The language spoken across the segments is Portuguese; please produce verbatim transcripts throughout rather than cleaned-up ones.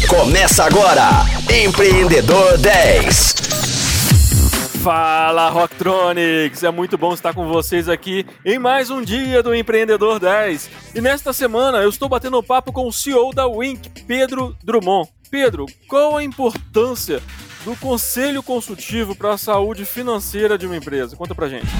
Começa agora, Empreendedor dez. Fala, Rocktronics! É muito bom estar com vocês aqui em mais um dia do Empreendedor dez. E nesta semana eu estou batendo um papo com o C E O da Wink, Pedro Drummond. Pedro, qual a importância do conselho consultivo para a saúde financeira de uma empresa? Conta pra gente.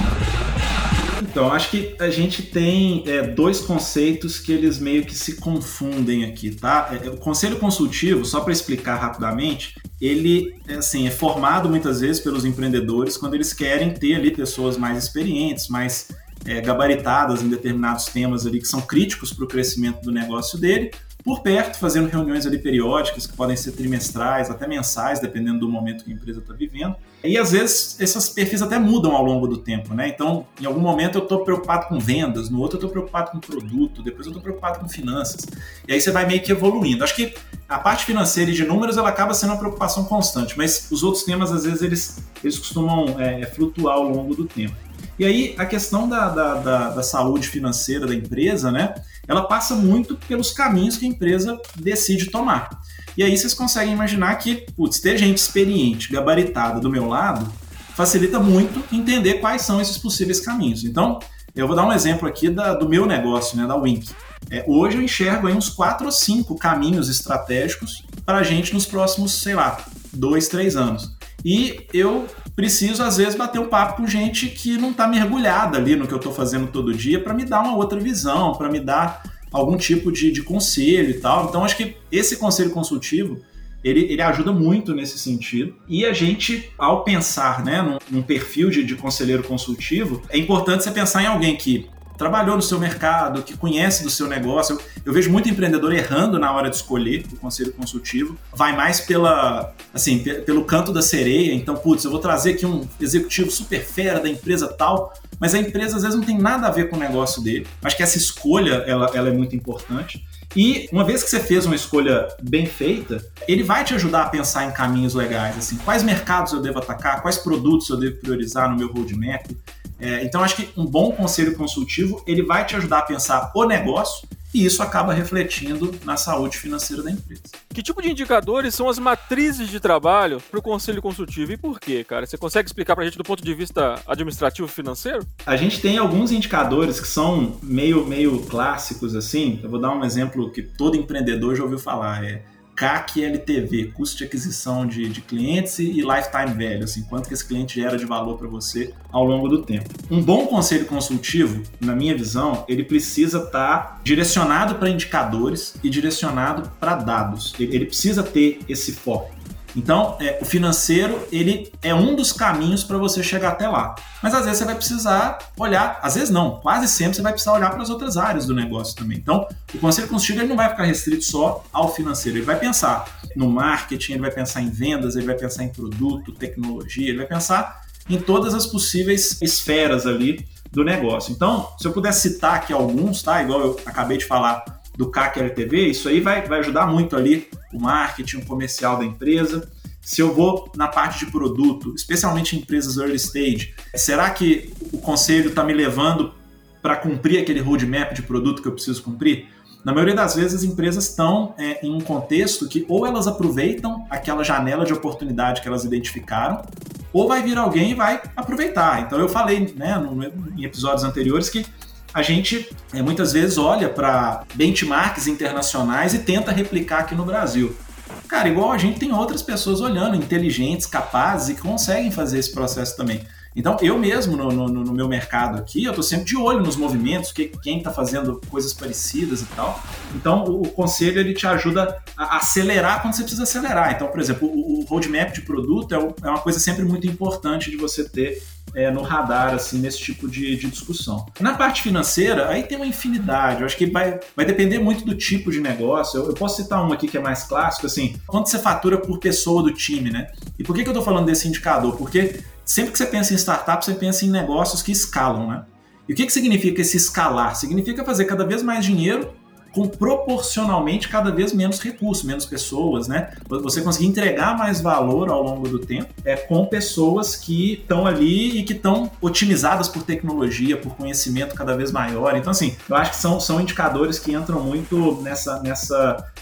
Então, acho que a gente tem é, dois conceitos que eles meio que se confundem aqui, tá? É, o conselho consultivo, só para explicar rapidamente, ele é, assim, é formado muitas vezes pelos empreendedores quando eles querem ter ali pessoas mais experientes, mais é, gabaritadas em determinados temas ali que são críticos para o crescimento do negócio dele, por perto, fazendo reuniões ali periódicas, que podem ser trimestrais, até mensais, dependendo do momento que a empresa está vivendo. E às vezes esses perfis até mudam ao longo do tempo, né? Então, em algum momento eu estou preocupado com vendas, no outro eu estou preocupado com produto, depois eu estou preocupado com finanças. E aí você vai meio que evoluindo. Acho que a parte financeira e de números ela acaba sendo uma preocupação constante, mas os outros temas, às vezes, eles, eles costumam é, flutuar ao longo do tempo. E aí, a questão da, da, da, da saúde financeira da empresa, né, ela passa muito pelos caminhos que a empresa decide tomar. E aí vocês conseguem imaginar que, putz, ter gente experiente, gabaritada do meu lado, facilita muito entender quais são esses possíveis caminhos. Então, eu vou dar um exemplo aqui da, do meu negócio, né, da Wink. É, hoje eu enxergo aí uns quatro ou cinco caminhos estratégicos para a gente nos próximos, sei lá, dois, três anos. E eu preciso, às vezes, bater um papo com gente que não está mergulhada ali no que eu estou fazendo todo dia para me dar uma outra visão, para me dar algum tipo de, de conselho e tal. Então, acho que esse conselho consultivo, ele, ele ajuda muito nesse sentido. E a gente, ao pensar, né, num, num perfil de, de conselheiro consultivo, é importante você pensar em alguém que trabalhou no seu mercado, que conhece do seu negócio. Eu, eu vejo muito empreendedor errando na hora de escolher o conselho consultivo. Vai mais pela, assim, p- pelo canto da sereia. Então, putz, eu vou trazer aqui um executivo super fera da empresa tal, mas a empresa às vezes não tem nada a ver com o negócio dele. Acho que essa escolha ela, ela é muito importante. E uma vez que você fez uma escolha bem feita, ele vai te ajudar a pensar em caminhos legais. Assim, quais mercados eu devo atacar, quais produtos eu devo priorizar no meu roadmap. É, então, acho que um bom conselho consultivo, ele vai te ajudar a pensar o negócio e isso acaba refletindo na saúde financeira da empresa. Que tipo de indicadores são as matrizes de trabalho para o conselho consultivo e por quê, cara? Você consegue explicar para a gente do ponto de vista administrativo e financeiro? A gente tem alguns indicadores que são meio, meio clássicos, assim. Eu vou dar um exemplo que todo empreendedor já ouviu falar, é C A C L T V, custo de aquisição de, de clientes e lifetime value, assim, quanto que esse cliente gera de valor para você ao longo do tempo. Um bom conselho consultivo, na minha visão, ele precisa estar direcionado para indicadores e direcionado para dados. Ele, ele precisa ter esse foco. Então, é, o financeiro, ele é um dos caminhos para você chegar até lá. Mas às vezes você vai precisar olhar, às vezes não, quase sempre você vai precisar olhar para as outras áreas do negócio também. Então, o conselho consultivo ele não vai ficar restrito só ao financeiro, ele vai pensar no marketing, ele vai pensar em vendas, ele vai pensar em produto, tecnologia, ele vai pensar em todas as possíveis esferas ali do negócio. Então, se eu puder citar aqui alguns, tá? Igual eu acabei de falar do C A C L T V, isso aí vai, vai ajudar muito ali o marketing, o comercial da empresa. Se eu vou na parte de produto, especialmente em empresas early stage, será que o conselho está me levando para cumprir aquele roadmap de produto que eu preciso cumprir? Na maioria das vezes as empresas estão é, em um contexto que ou elas aproveitam aquela janela de oportunidade que elas identificaram, ou vai vir alguém e vai aproveitar. Então eu falei, né, no, em episódios anteriores que a gente é, muitas vezes olha para benchmarks internacionais e tenta replicar aqui no Brasil. Cara, igual a gente tem outras pessoas olhando, inteligentes, capazes e que conseguem fazer esse processo também. Então, eu mesmo, no, no, no meu mercado aqui, eu estou sempre de olho nos movimentos, que, quem está fazendo coisas parecidas e tal. Então, o, o conselho, ele te ajuda a acelerar quando você precisa acelerar. Então, por exemplo, o, o roadmap de produto é, o, é uma coisa sempre muito importante de você ter é, no radar, assim, nesse tipo de, de discussão. Na parte financeira, aí tem uma infinidade. Eu acho que vai, vai depender muito do tipo de negócio. Eu, eu posso citar um aqui que é mais clássico, assim, quanto você fatura por pessoa do time, né? E por que, que eu estou falando desse indicador? Porque sempre que você pensa em startup, você pensa em negócios que escalam, né? E o que, que significa esse escalar? Significa fazer cada vez mais dinheiro com proporcionalmente cada vez menos recursos, menos pessoas, né? Você conseguir entregar mais valor ao longo do tempo é, com pessoas que estão ali e que estão otimizadas por tecnologia, por conhecimento cada vez maior. Então, assim, eu acho que são, são indicadores que entram muito nessa, nessa,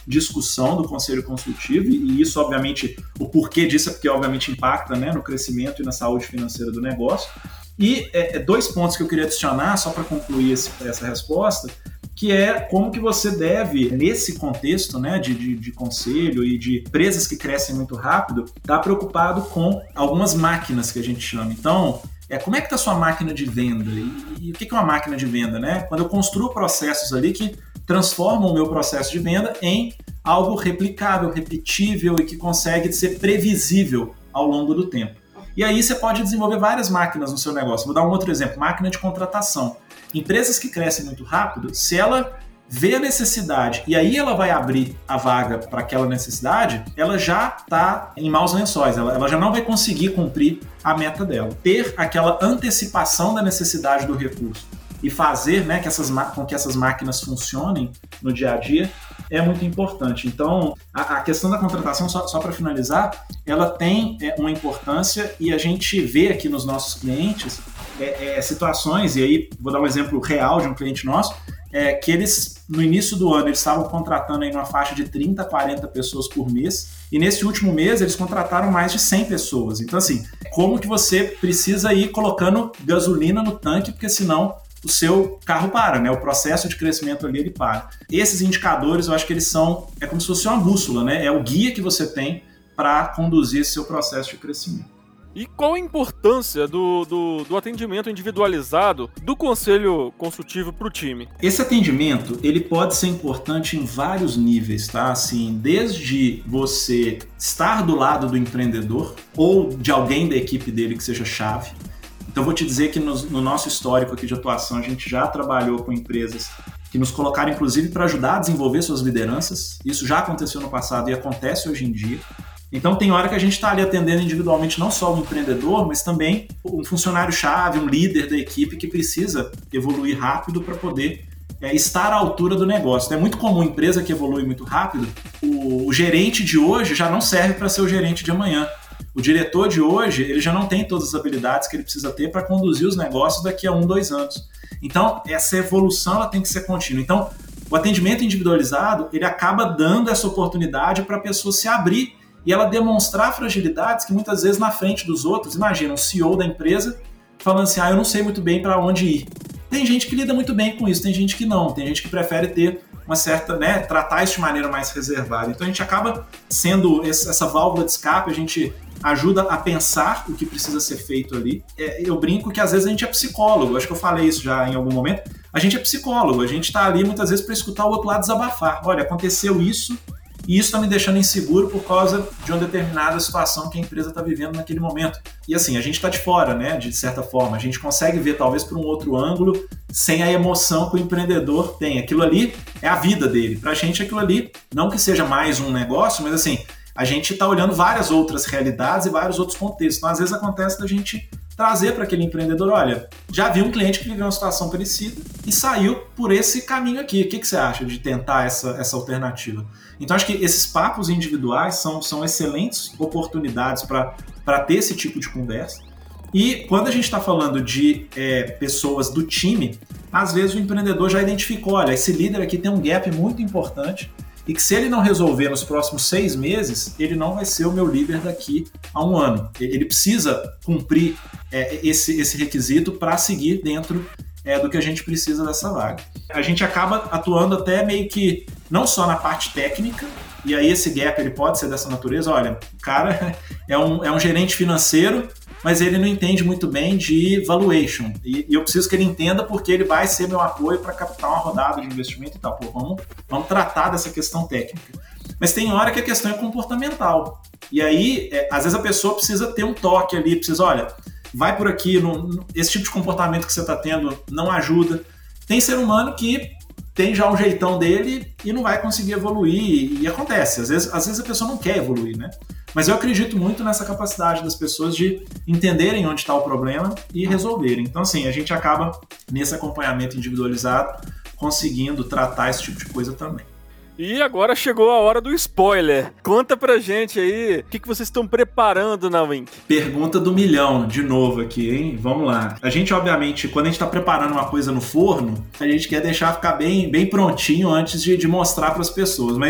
discussão do conselho consultivo, e isso, obviamente, o porquê disso é porque, obviamente, impacta, né, no crescimento e na saúde financeira do negócio. E é, dois pontos que eu queria adicionar, só para concluir esse, essa resposta, que é como que você deve, nesse contexto, né, de, de, de conselho e de empresas que crescem muito rápido, estar preocupado com algumas máquinas que a gente chama. Então, é, como é que está a sua máquina de venda? E, e o que é uma máquina de venda? Né? Quando eu construo processos ali que transformam o meu processo de venda em algo replicável, repetível e que consegue ser previsível ao longo do tempo. E aí você pode desenvolver várias máquinas no seu negócio. Vou dar um outro exemplo, máquina de contratação. Empresas que crescem muito rápido, se ela vê a necessidade e aí ela vai abrir a vaga para aquela necessidade, ela já está em maus lençóis, ela, ela já não vai conseguir cumprir a meta dela. Ter aquela antecipação da necessidade do recurso e fazer, né, que essas, com que essas máquinas funcionem no dia a dia é muito importante. Então, a, a questão da contratação, só, só para finalizar, ela tem é, uma importância e a gente vê aqui nos nossos clientes é, é, situações, e aí vou dar um exemplo real de um cliente nosso, é, que eles, no início do ano, eles estavam contratando aí numa faixa de trinta, quarenta pessoas por mês, e nesse último mês eles contrataram mais de cem pessoas. Então, assim, como que você precisa ir colocando gasolina no tanque, porque senão o seu carro para, né? O processo de crescimento ali, ele para. Esses indicadores, eu acho que eles são, é como se fosse uma bússola, né? É o guia que você tem para conduzir esse seu processo de crescimento. E qual a importância do, do, do atendimento individualizado do conselho consultivo para o time? Esse atendimento, ele pode ser importante em vários níveis, tá? Assim, desde você estar do lado do empreendedor ou de alguém da equipe dele que seja chave. Então, vou te dizer que no, no nosso histórico aqui de atuação, a gente já trabalhou com empresas que nos colocaram, inclusive, para ajudar a desenvolver suas lideranças. Isso já aconteceu no passado e acontece hoje em dia. Então, tem hora que a gente está ali atendendo individualmente não só o empreendedor, mas também um funcionário-chave, um líder da equipe que precisa evoluir rápido para poder é, estar à altura do negócio. É muito comum empresa que evolui muito rápido, o, o gerente de hoje já não serve para ser o gerente de amanhã. O diretor de hoje, ele já não tem todas as habilidades que ele precisa ter para conduzir os negócios daqui a um, dois anos. Então, essa evolução ela tem que ser contínua. Então, o atendimento individualizado, ele acaba dando essa oportunidade para a pessoa se abrir e ela demonstrar fragilidades que muitas vezes na frente dos outros, imagina um C E O da empresa falando assim, ah, eu não sei muito bem para onde ir. Tem gente que lida muito bem com isso, tem gente que não, tem gente que prefere ter uma certa, né, tratar isso de maneira mais reservada. Então a gente acaba sendo essa válvula de escape, a gente ajuda a pensar o que precisa ser feito ali. Eu brinco que às vezes a gente é psicólogo, acho que eu falei isso já em algum momento, a gente é psicólogo, a gente está ali muitas vezes para escutar o outro lado desabafar. Olha, aconteceu isso, e isso está me deixando inseguro por causa de uma determinada situação que a empresa está vivendo naquele momento. E assim, a gente está de fora, né, de certa forma. A gente consegue ver talvez por um outro ângulo, sem a emoção que o empreendedor tem. Aquilo ali é a vida dele. Para a gente, aquilo ali, não que seja mais um negócio, mas assim, a gente está olhando várias outras realidades e vários outros contextos. Então, às vezes acontece da gente trazer para aquele empreendedor, olha, já vi um cliente que viveu uma situação parecida e saiu por esse caminho aqui. O que, que você acha de tentar essa, essa alternativa? Então, acho que esses papos individuais são, são excelentes oportunidades para ter esse tipo de conversa. E quando a gente está falando de é, pessoas do time, às vezes o empreendedor já identificou, olha, esse líder aqui tem um gap muito importante e que se ele não resolver nos próximos seis meses, ele não vai ser o meu líder daqui a um ano. Ele precisa cumprir é, esse, esse requisito para seguir dentro é, do que a gente precisa dessa vaga. A gente acaba atuando até meio que não só na parte técnica, e aí esse gap ele pode ser dessa natureza, olha, o cara é um, é um gerente financeiro, mas ele não entende muito bem de valuation, e, e eu preciso que ele entenda porque ele vai ser meu apoio para captar uma rodada de investimento e tal. Pô, vamos, vamos tratar dessa questão técnica. Mas tem hora que a questão é comportamental, e aí, é, às vezes a pessoa precisa ter um toque ali, precisa, olha, vai por aqui, não, esse tipo de comportamento que você está tendo não ajuda. Tem ser humano que tem já um jeitão dele e não vai conseguir evoluir, e, e acontece, às vezes, às vezes a pessoa não quer evoluir, né? Mas eu acredito muito nessa capacidade das pessoas de entenderem onde está o problema e resolverem. Então, assim, a gente acaba, nesse acompanhamento individualizado, conseguindo tratar esse tipo de coisa também. E agora chegou a hora do spoiler. Conta pra gente aí o que, que vocês estão preparando na Wink. Pergunta do milhão, de novo aqui, hein? Vamos lá. A gente, obviamente, quando a gente tá preparando uma coisa no forno, a gente quer deixar ficar bem, bem prontinho antes de, de mostrar para as pessoas. Mas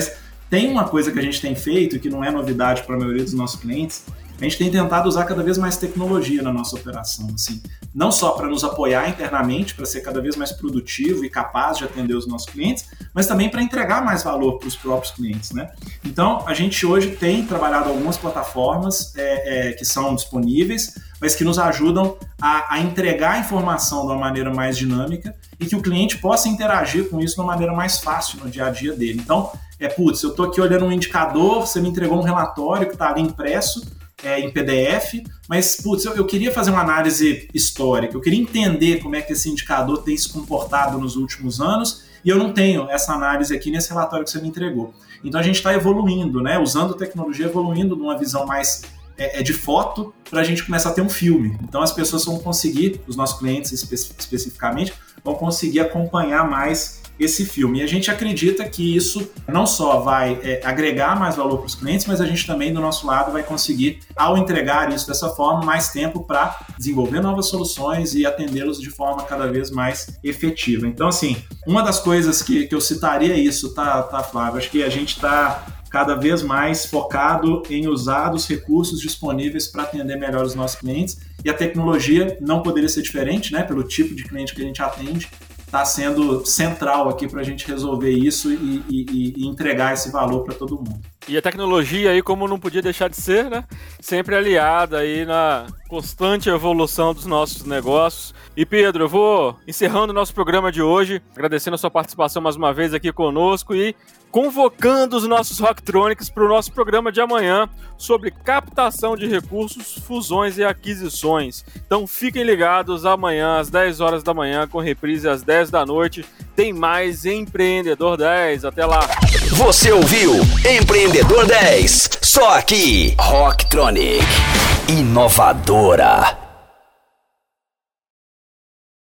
Tem uma coisa que a gente tem feito e que não é novidade para a maioria dos nossos clientes. A gente tem tentado usar cada vez mais tecnologia na nossa operação, assim, não só para nos apoiar internamente, para ser cada vez mais produtivo e capaz de atender os nossos clientes, mas também para entregar mais valor para os próprios clientes, né? Então, a gente hoje tem trabalhado algumas plataformas é, é, que são disponíveis, mas que nos ajudam a, a entregar a informação de uma maneira mais dinâmica e que o cliente possa interagir com isso de uma maneira mais fácil no dia a dia dele. Então, é, putz, eu estou aqui olhando um indicador, você me entregou um relatório que está ali impresso, É, em P D F, mas putz, eu, eu queria fazer uma análise histórica, eu queria entender como é que esse indicador tem se comportado nos últimos anos e eu não tenho essa análise aqui nesse relatório que você me entregou. Então a gente está evoluindo, né? Usando tecnologia, evoluindo numa visão mais é, é de foto para a gente começar a ter um filme. Então as pessoas vão conseguir, os nossos clientes espe- especificamente, vão conseguir acompanhar mais esse filme. E a gente acredita que isso não só vai é, agregar mais valor para os clientes, mas a gente também, do nosso lado, vai conseguir, ao entregar isso dessa forma, mais tempo para desenvolver novas soluções e atendê-los de forma cada vez mais efetiva. Então, assim, uma das coisas que, que eu citaria é isso, tá, tá, Flávio? Acho que a gente está cada vez mais focado em usar os recursos disponíveis para atender melhor os nossos clientes, e a tecnologia não poderia ser diferente, né? Pelo tipo de cliente que a gente atende, está sendo central aqui para a gente resolver isso e, e, e entregar esse valor para todo mundo. E a tecnologia aí, como não podia deixar de ser, né? Sempre aliada aí na constante evolução dos nossos negócios. E Pedro, eu vou encerrando o nosso programa de hoje, agradecendo a sua participação mais uma vez aqui conosco e convocando os nossos Rocktronics para o nosso programa de amanhã sobre captação de recursos, fusões e aquisições. Então fiquem ligados, amanhã às dez horas da manhã, com reprise às dez da noite, tem mais Empreendedor dez. Até lá! Você ouviu Empreendedor dez, só aqui, Rocktronic, inovadora.